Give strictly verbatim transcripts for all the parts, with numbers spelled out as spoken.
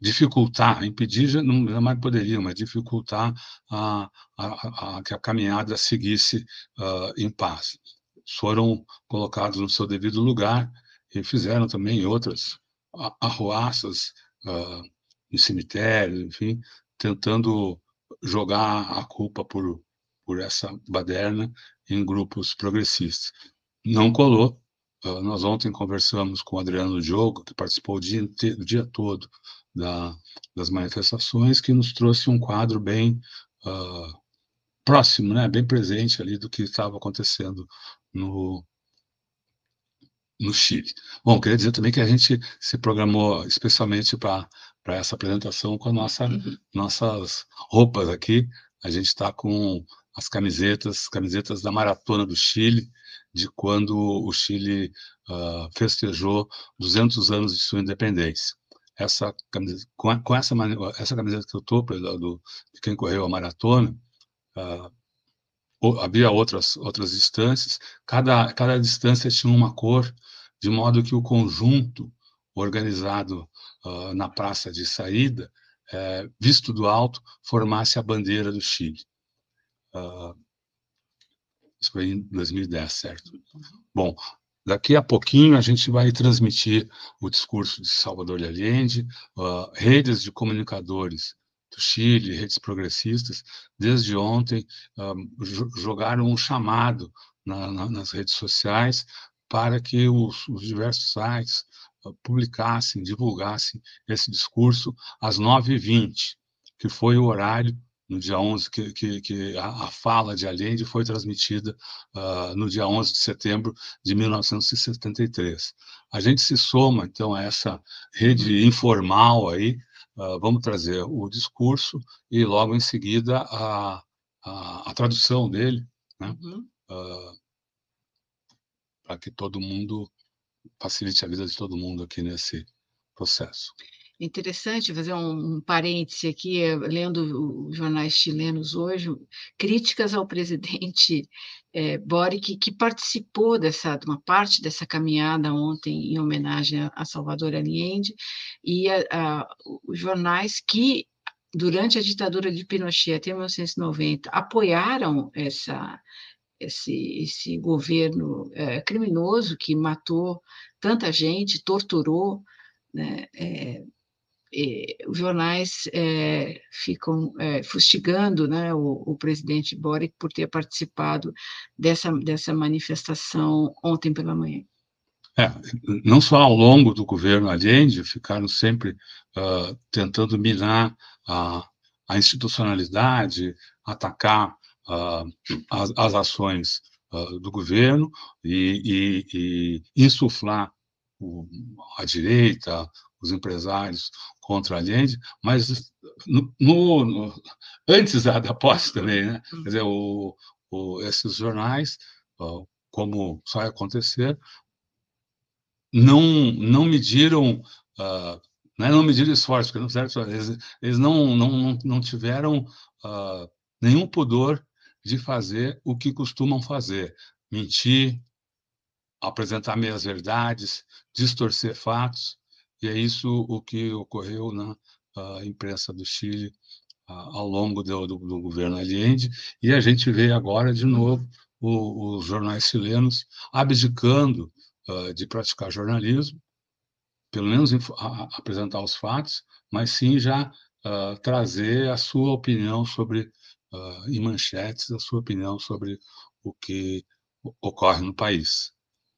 dificultar, impedir já não jamais poderiam, mas dificultar a a a que a caminhada seguisse, hã, em paz. Foram colocados no seu devido lugar e fizeram também outras a arruaças, hã, em cemitério, enfim, tentando jogar a culpa por por essa baderna em grupos progressistas. Não colou. Hã, nós ontem conversamos com o Adriano Diogo, que participou o dia inte o dia todo da das manifestações, que nos trouxe um quadro bem, hã, próximo, né, bem presente ali do que estava acontecendo no no Chile. Bom, queria dizer também que a gente se programou especialmente pra pra essa apresentação com a nossa Uhum. nossas roupas aqui. A gente está com as camisetas camisetas da Maratona do Chile, de quando o Chile, hã, festejou duzentos anos de sua independência. Essa camisa com a com essa mane essa camiseta que eu estou, do de quem correu a maratona, hã, o havia outras outras distâncias, cada cada distância tinha uma cor, de modo que o conjunto organizado, hã, na praça de saída, eh, visto do alto, formasse a bandeira do Chile. Hã isso foi em dois mil e dez, certo? Uhum. Bom, daqui a pouquinho a gente vai transmitir o discurso de Salvador de Allende, hã, redes de comunicadores do Chile, redes progressistas, desde ontem, hã, jo jogaram um chamado na na nas redes sociais para que os os diversos sites, hã, publicassem, divulgassem esse discurso às nove e vinte, que foi o horário no dia onze que que que a a fala de Allende foi transmitida, hã, no dia onze de setembro de mil novecentos e setenta e três. A gente se soma, então, a essa Uhum. rede informal aí, hã, vamos trazer o discurso e logo em seguida a a a tradução dele, né, Uhum. hã pra que todo mundo facilite a vida de todo mundo aqui nesse processo. Interessante fazer um um parêntese aqui, eh, lendo o os jornais chilenos hoje, críticas ao presidente, eh, Boric, que participou dessa de uma parte dessa caminhada ontem em homenagem a a Salvador Allende, e a a os jornais que, durante a ditadura de Pinochet até mil novecentos e noventa, apoiaram essa esse esse governo, eh, criminoso que matou tanta gente, torturou, né, eh eh, os jornais, eh, ficam, eh, fustigando, né, o o presidente Boric por ter participado dessa dessa manifestação ontem pela manhã. É, não só ao longo do governo Allende, ficaram sempre, hã, tentando minar a a institucionalidade, atacar, hã, as as ações, hã, do governo e e e insuflar o a direita, os empresários contra Allende, mas no no no antes da da posse Uhum, também, né, quer hum. dizer, o o esses jornais, hã, como vai acontecer não não mediram, hã, não é não mediram esforços, porque não fizeram esforço, eles eles não não não não tiveram, hã, nenhum pudor de fazer o que costumam fazer: mentir, apresentar meias-verdades, distorcer fatos, e é isso o que ocorreu na, hã, imprensa do Chile, a ao longo do do do governo Allende, e a gente vê agora de Uhum. novo o os jornais chilenos abdicando, hã, de praticar jornalismo, pelo menos info a a apresentar os fatos, mas sim já, hã, trazer a sua opinião sobre, hã, em manchetes, a sua opinião sobre o que o ocorre no país.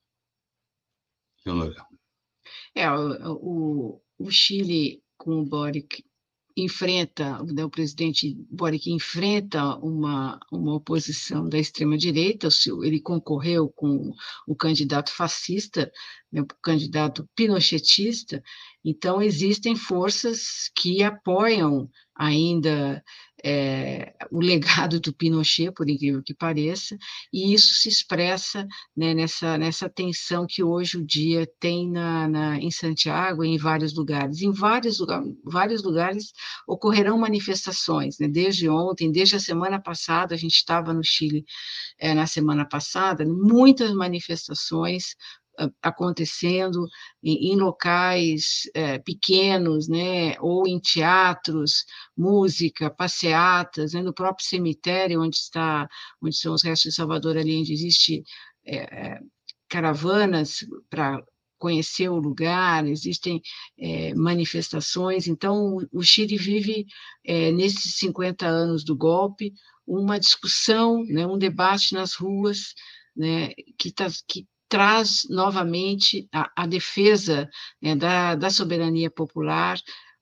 É, o o o Chile com o Boric enfrenta, né, o presidente Boric enfrenta uma uma oposição da extrema direita, o seu ele concorreu com o candidato fascista, né, o candidato pinochetista, então existem forças que apoiam ainda, eh, o legado do Pinochet, por incrível que pareça, e isso se expressa, né, nessa nessa tensão que hoje o dia tem na na em Santiago e em vários lugares. Em vários lugar vários lugares ocorrerão manifestações, né, desde ontem, desde a semana passada, a gente estava no Chile, eh, na semana passada, muitas manifestações acontecendo em, em locais é, pequenos, né, ou em teatros, música, passeatas, né, no próprio cemitério onde está, onde são os restos de Salvador Allende, existe é, é, caravanas para conhecer o lugar, existem é, manifestações. Então, o Chile vive, é, nesses cinquenta anos do golpe, uma discussão, né, um debate nas ruas, né, que, tá, que traz novamente a, a defesa, né, da, da soberania popular,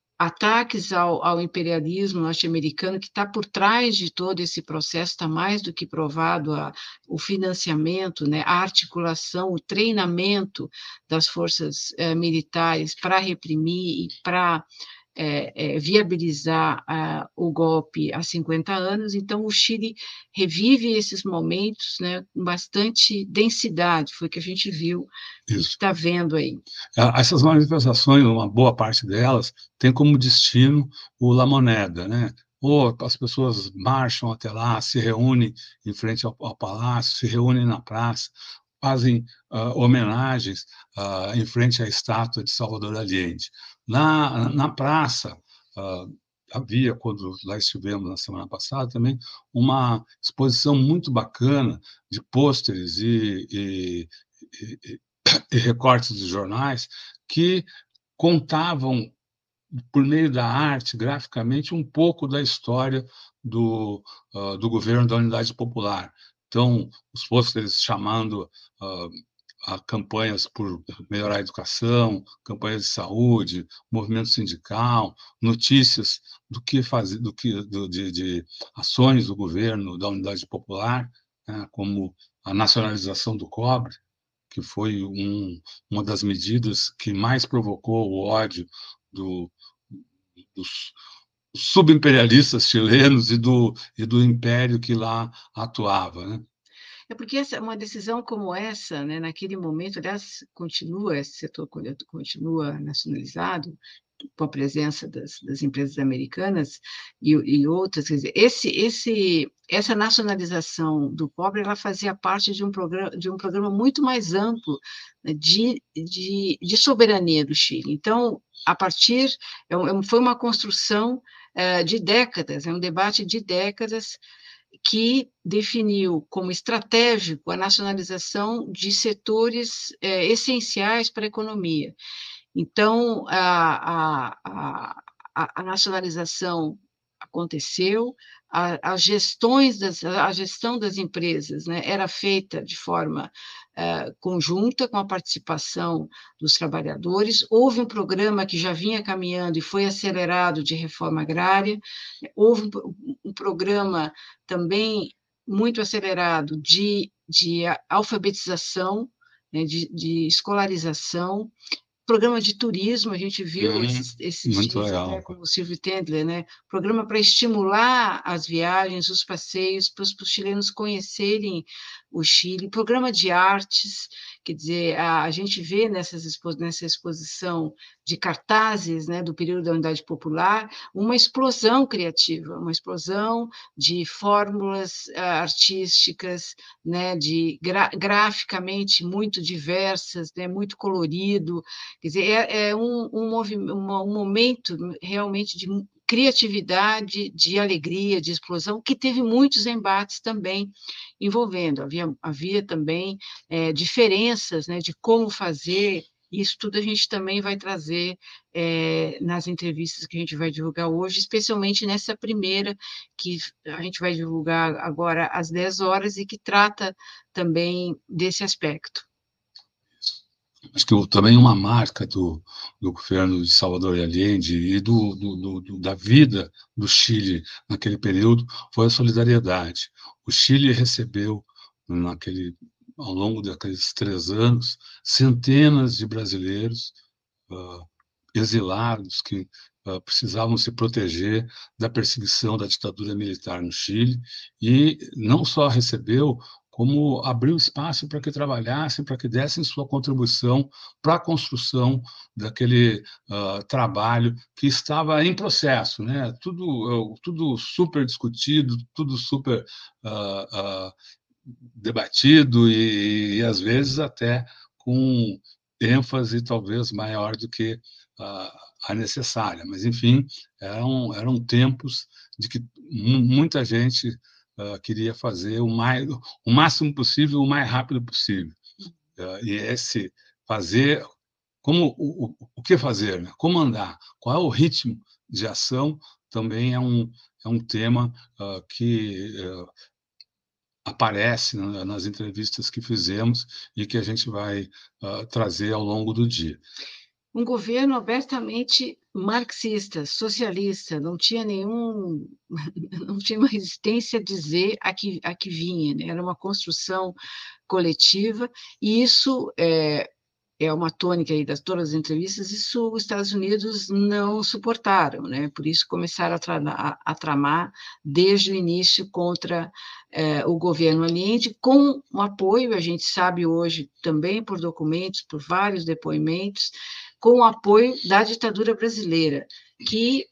ataques ao, ao imperialismo norte-americano, que está por trás de todo esse processo, está mais do que provado a, o financiamento, né, a articulação, o treinamento das forças eh, militares para reprimir e para é, é, viabilizar a, o golpe há cinquenta anos. Então, o Chile revive esses momentos, né, com bastante densidade, foi o que a gente viu e está vendo aí. Essas manifestações, uma boa parte delas, tem como destino o La Moneda, né? Ou as pessoas marcham até lá, se reúnem em frente ao, ao palácio, se reúnem na praça, fazem uh, homenagens uh, em frente à estátua de Salvador Allende. Na, na praça, uh, havia, quando lá estivemos na semana passada, também uma exposição muito bacana de pôsteres e, e, e, e recortes de jornais que contavam, por meio da arte, graficamente, um pouco da história do, uh, do governo da Unidade Popular. Então, os pôsteres chamando uh, a campanhas por melhorar a educação, campanhas de saúde, movimento sindical, notícias do que fazer, do que do, de, de ações do governo da Unidade Popular, né, como a nacionalização do cobre, que foi um, uma das medidas que mais provocou o ódio do, dos subimperialistas chilenos e do, e do império que lá atuava, né? É porque essa, uma decisão como essa, né, naquele momento, aliás, continua, esse setor continua nacionalizado, com a presença das, das empresas americanas e, e outras, quer dizer, esse, esse, essa nacionalização do cobre, ela fazia parte de um programa, de um programa muito mais amplo, né, de, de, de soberania do Chile. Então, a partir, é, foi uma construção é, de décadas, é um debate de décadas, que definiu como estratégico a nacionalização de setores é, essenciais para a economia. Então, a, a, a, a nacionalização aconteceu, a, as gestões das, a gestão das empresas, né, era feita de forma uh, conjunta, com a participação dos trabalhadores. Houve um programa que já vinha caminhando e foi acelerado de reforma agrária, houve um, um programa também muito acelerado de, de alfabetização, né, de, de escolarização, programa de turismo, a gente viu Hum, esses, esses dias legal. até com o Silvio Tendler, né? Programa para estimular as viagens, os passeios, para os chilenos conhecerem o Chile, programa de artes, quer dizer, a, a gente vê nessas expo, nessa exposição de cartazes, né, do período da Unidade Popular, uma explosão criativa, uma explosão de fórmulas uh, artísticas, né, de gra, graficamente muito diversas, né, muito colorido. Quer dizer, é, é um, um, movimento, um momento realmente de criatividade, de alegria, de explosão, que teve muitos embates também envolvendo. Havia, havia também é, diferenças, né, de como fazer. Isso tudo a gente também vai trazer é, nas entrevistas que a gente vai divulgar hoje, especialmente nessa primeira, que a gente vai divulgar agora às dez horas e que trata também desse aspecto. Acho que também uma marca do, do governo de Salvador Allende e do, do, do, da vida do Chile naquele período foi a solidariedade. O Chile recebeu, naquele, ao longo daqueles três anos, centenas de brasileiros uh, exilados que uh, precisavam se proteger da perseguição da ditadura militar no Chile, e não só recebeu, como abriu espaço para que trabalhassem, para que dessem sua contribuição para a construção daquele uh, trabalho que estava em processo, né? Tudo, uh, tudo super discutido, tudo super uh, uh, debatido e, e, às vezes, até com ênfase talvez maior do que uh, a necessária. Mas, enfim, eram, eram tempos de que muita gente uh, queria fazer o, mais, o máximo possível, o mais rápido possível. Uh, e esse fazer, como, o, o, o que fazer, né? Como andar, qual é o ritmo de ação, também é um, é um tema uh, que uh, aparece, né, nas entrevistas que fizemos e que a gente vai uh, trazer ao longo do dia. Um governo abertamente marxista, socialista, não tinha nenhum, não tinha uma resistência a dizer a que, a que vinha, né? Era uma construção coletiva, e isso é, é uma tônica aí das todas as entrevistas, isso os Estados Unidos não suportaram, né? Por isso começaram a, tra a, a tramar desde o início contra é, o governo Allende, com um apoio, a gente sabe hoje também por documentos, por vários depoimentos, com o apoio da ditadura brasileira, que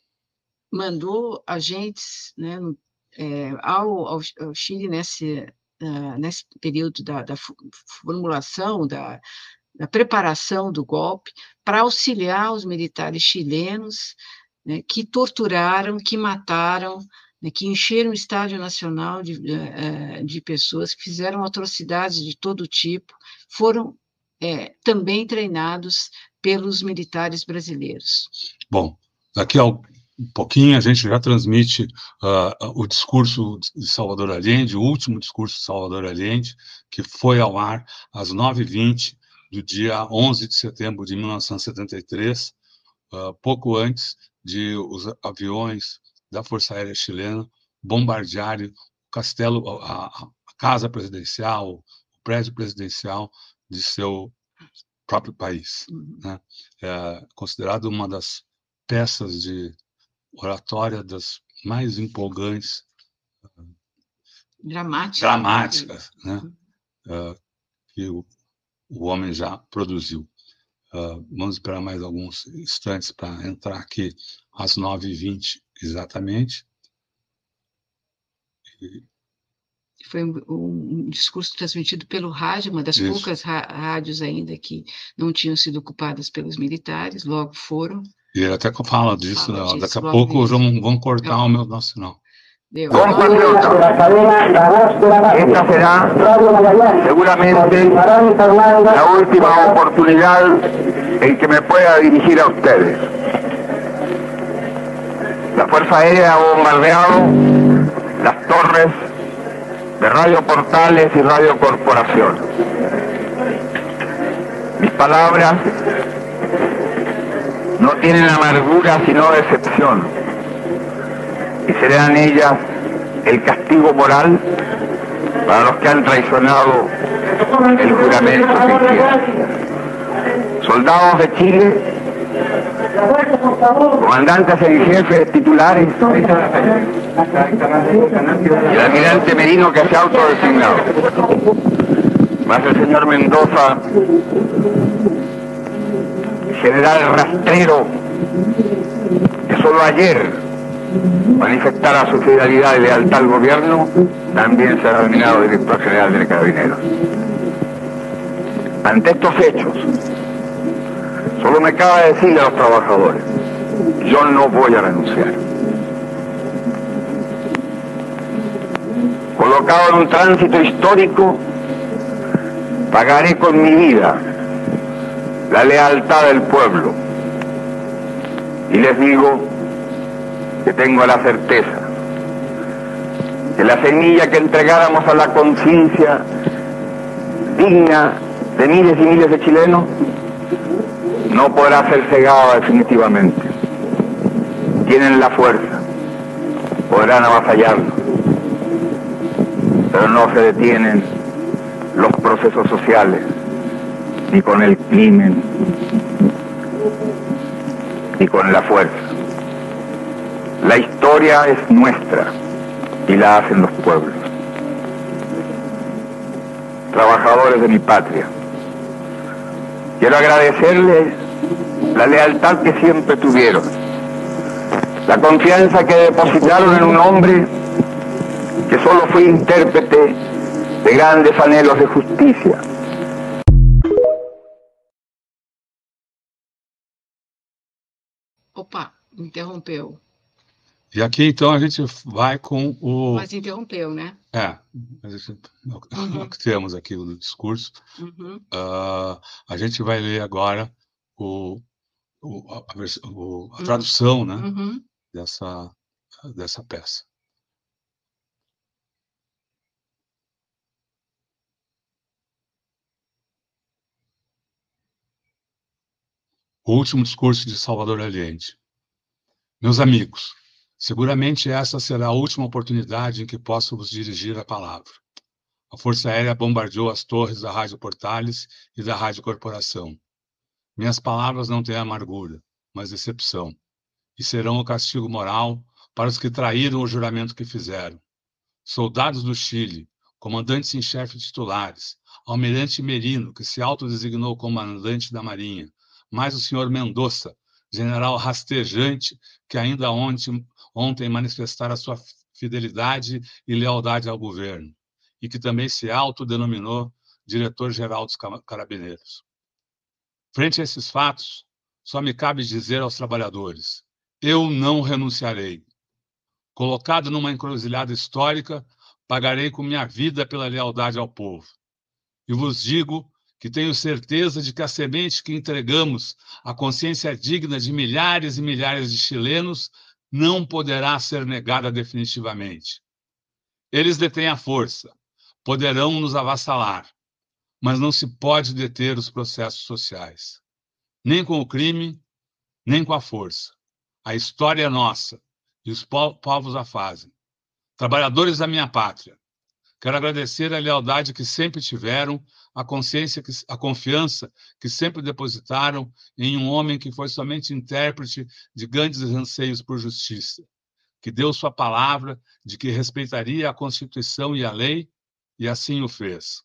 mandou agentes, né, é, ao, ao, ao Chile nesse, uh, nesse período da, da formulação, da, da preparação do golpe, para auxiliar os militares chilenos, né, que torturaram, que mataram, né, que encheram o Estádio Nacional de, de, de pessoas, que fizeram atrocidades de todo tipo, foram é, também treinados pelos militares brasileiros. Bom, daqui a um pouquinho a gente já transmite uh, o discurso de Salvador Allende, o último discurso de Salvador Allende, que foi ao ar às nove e vinte do dia onze de setembro de mil novecentos e setenta e três, uh, pouco antes de os aviões da Força Aérea Chilena bombardearem o castelo, a, a casa presidencial, o prédio presidencial de seu próprio país, né? É considerado uma das peças de oratória das mais empolgantes, dramáticas, dramáticas, né? É, que o, o homem já produziu. É, vamos esperar mais alguns instantes para entrar aqui às nove e vinte exatamente. E... Foi um, um discurso transmitido pelo rádio, uma das Isso. poucas rádios ainda que não tinham sido ocupadas pelos militares, logo foram. E ele até fala disso, fala disso daqui a pouco vão, vão cortar não. o meu nosso sinal. Compatriota, esta será seguramente la última oportunidad en que me pueda dirigir a ustedes. La Fuerza Aérea ha bombardeado las torres de Radio Portales y Radio Corporación. Mis palabras no tienen amargura sino decepción, y serán ellas el castigo moral para los que han traicionado el juramento que hicieron. Soldados de Chile, comandantes en jefe titulares, y el almirante Merino que se ha autodesignado, más el señor Mendoza, general rastrero, que solo ayer manifestara su fidelidad y lealtad al gobierno, también será nominado director general de Carabineros. Ante estos hechos, solo me cabe decirle a los trabajadores, yo no voy a renunciar. Colocado en un tránsito histórico, pagaré con mi vida la lealtad del pueblo. Y les digo que tengo la certeza que la semilla que entregáramos a la conciencia digna de miles y miles de chilenos no podrá ser cegada definitivamente. Tienen la fuerza, podrán avasallarnos, pero no se detienen los procesos sociales, ni con el crimen, ni con la fuerza. La historia es nuestra y la hacen los pueblos. Trabajadores de mi patria, quiero agradecerles la lealtad que siempre tuvieron, la confianza que depositaron en un hombre que solo fue intérprete de grandes anhelos de justicia. Opa, interrompeu. E aqui, então, a gente vai com o... Mas interrompeu, né? É, a gente, uhum. O que temos aqui no discurso. Uhum. Uh, a gente vai ler agora o, o, a, a, o, a tradução, né, uhum. dessa, dessa peça. O último discurso de Salvador Allende. Meus amigos, seguramente essa será a última oportunidade em que posso vos dirigir a palavra. A Força Aérea bombardeou as torres da Rádio Portales e da Rádio Corporação. Minhas palavras não têm amargura, mas decepção, e serão o castigo moral para os que traíram o juramento que fizeram. Soldados do Chile, comandantes em chefe titulares, almirante Merino, que se autodesignou comandante da Marinha, mais o senhor Mendonça, general rastejante, que ainda ontem, ontem manifestara sua fidelidade e lealdade ao governo, e que também se autodenominou diretor-geral dos Carabineiros. Frente a esses fatos, só me cabe dizer aos trabalhadores: eu não renunciarei. Colocado numa encruzilhada histórica, pagarei com minha vida pela lealdade ao povo. E vos digo que tenho certeza de que a semente que entregamos à consciência digna de milhares e milhares de chilenos não poderá ser negada definitivamente. Eles detêm a força, poderão nos avassalar, mas não se pode deter os processos sociais. Nem com o crime, nem com a força. A história é nossa, e os povos a fazem. Trabalhadores da minha pátria, quero agradecer a lealdade que sempre tiveram, a consciência, que, a confiança que sempre depositaram em um homem que foi somente intérprete de grandes anseios por justiça, que deu sua palavra de que respeitaria a Constituição e a lei, e assim o fez.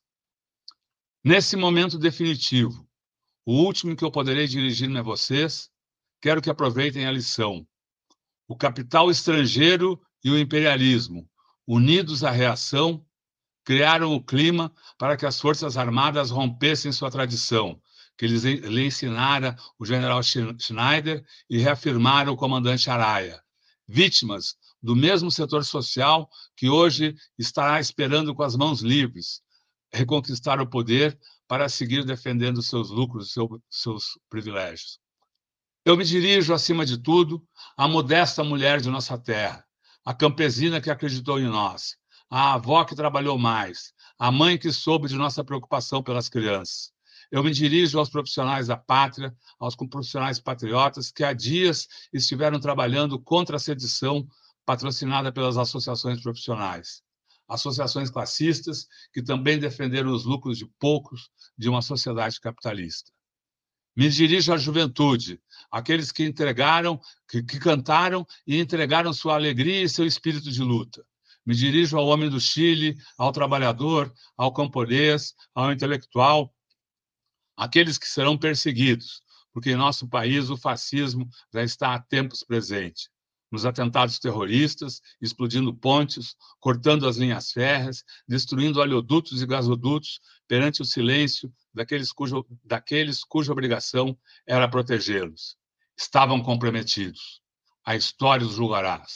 Nesse momento definitivo, o último em que eu poderei dirigir-me a vocês, quero que aproveitem a lição. O capital estrangeiro e o imperialismo, unidos à reação, criaram o clima para que as Forças Armadas rompessem sua tradição, que lhes lhe ensinara o general Schneider e reafirmara o comandante Araya, vítimas do mesmo setor social que hoje estará esperando com as mãos livres reconquistar o poder para seguir defendendo seus lucros e seu, seus privilégios. Eu me dirijo, acima de tudo, à modesta mulher de nossa terra, à campesina que acreditou em nós, à avó que trabalhou mais, à mãe que soube de nossa preocupação pelas crianças. Eu me dirijo aos profissionais da pátria, aos profissionais patriotas que há dias estiveram trabalhando contra a sedição patrocinada pelas associações profissionais. Associações classistas que também defenderam os lucros de poucos de uma sociedade capitalista. Me dirijo à juventude, aqueles que entregaram, que, que cantaram e entregaram sua alegria e seu espírito de luta. Me dirijo ao homem do Chile, ao trabalhador, ao camponês, ao intelectual, aqueles que serão perseguidos, porque em nosso país o fascismo já está há tempos presente. Nos atentados terroristas, explodindo pontes, cortando as linhas férreas, destruindo oleodutos e gasodutos perante o silêncio daqueles, cujo, daqueles cuja obrigação era protegê-los. Estavam comprometidos. A história os julgará.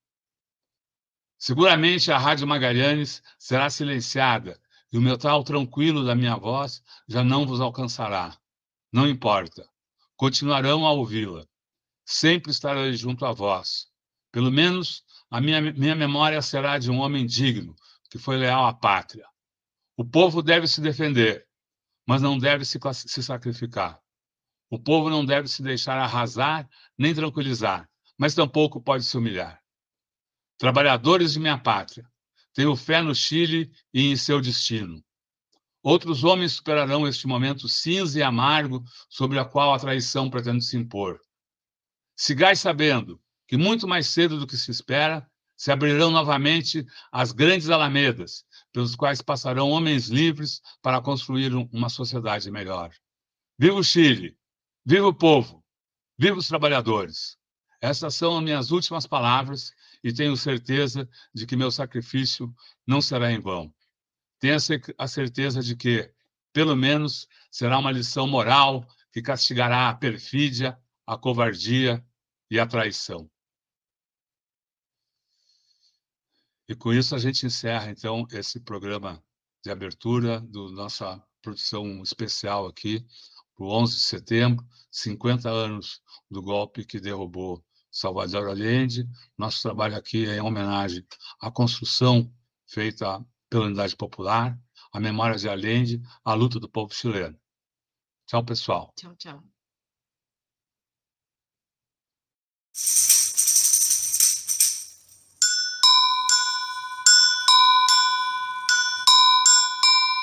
Seguramente a Rádio Magalhães será silenciada e o metal tranquilo da minha voz já não vos alcançará. Não importa. Continuarão a ouvi-la. Sempre estarei junto a vós. Pelo menos a minha, minha memória será de um homem digno, que foi leal à pátria. O povo deve se defender, mas não deve se, se sacrificar. O povo não deve se deixar arrasar nem tranquilizar, mas tampouco pode se humilhar. Trabalhadores de minha pátria, tenho fé no Chile e em seu destino. Outros homens superarão este momento cinza e amargo sobre a qual a traição pretende se impor. Sigais sabendo que muito mais cedo do que se espera, se abrirão novamente as grandes alamedas, pelos quais passarão homens livres para construir uma sociedade melhor. Viva o Chile! Viva o povo! Viva os trabalhadores! Essas são as minhas últimas palavras e tenho certeza de que meu sacrifício não será em vão. Tenho a certeza de que, pelo menos, será uma lição moral que castigará a perfídia, a covardia e a traição. E com isso a gente encerra, então, esse programa de abertura da nossa produção especial aqui, para o onze de setembro, cinquenta anos do golpe que derrubou Salvador Allende. Nosso trabalho aqui é em homenagem à construção feita pela Unidade Popular, à memória de Allende, à luta do povo chileno. Tchau, pessoal. Tchau, tchau.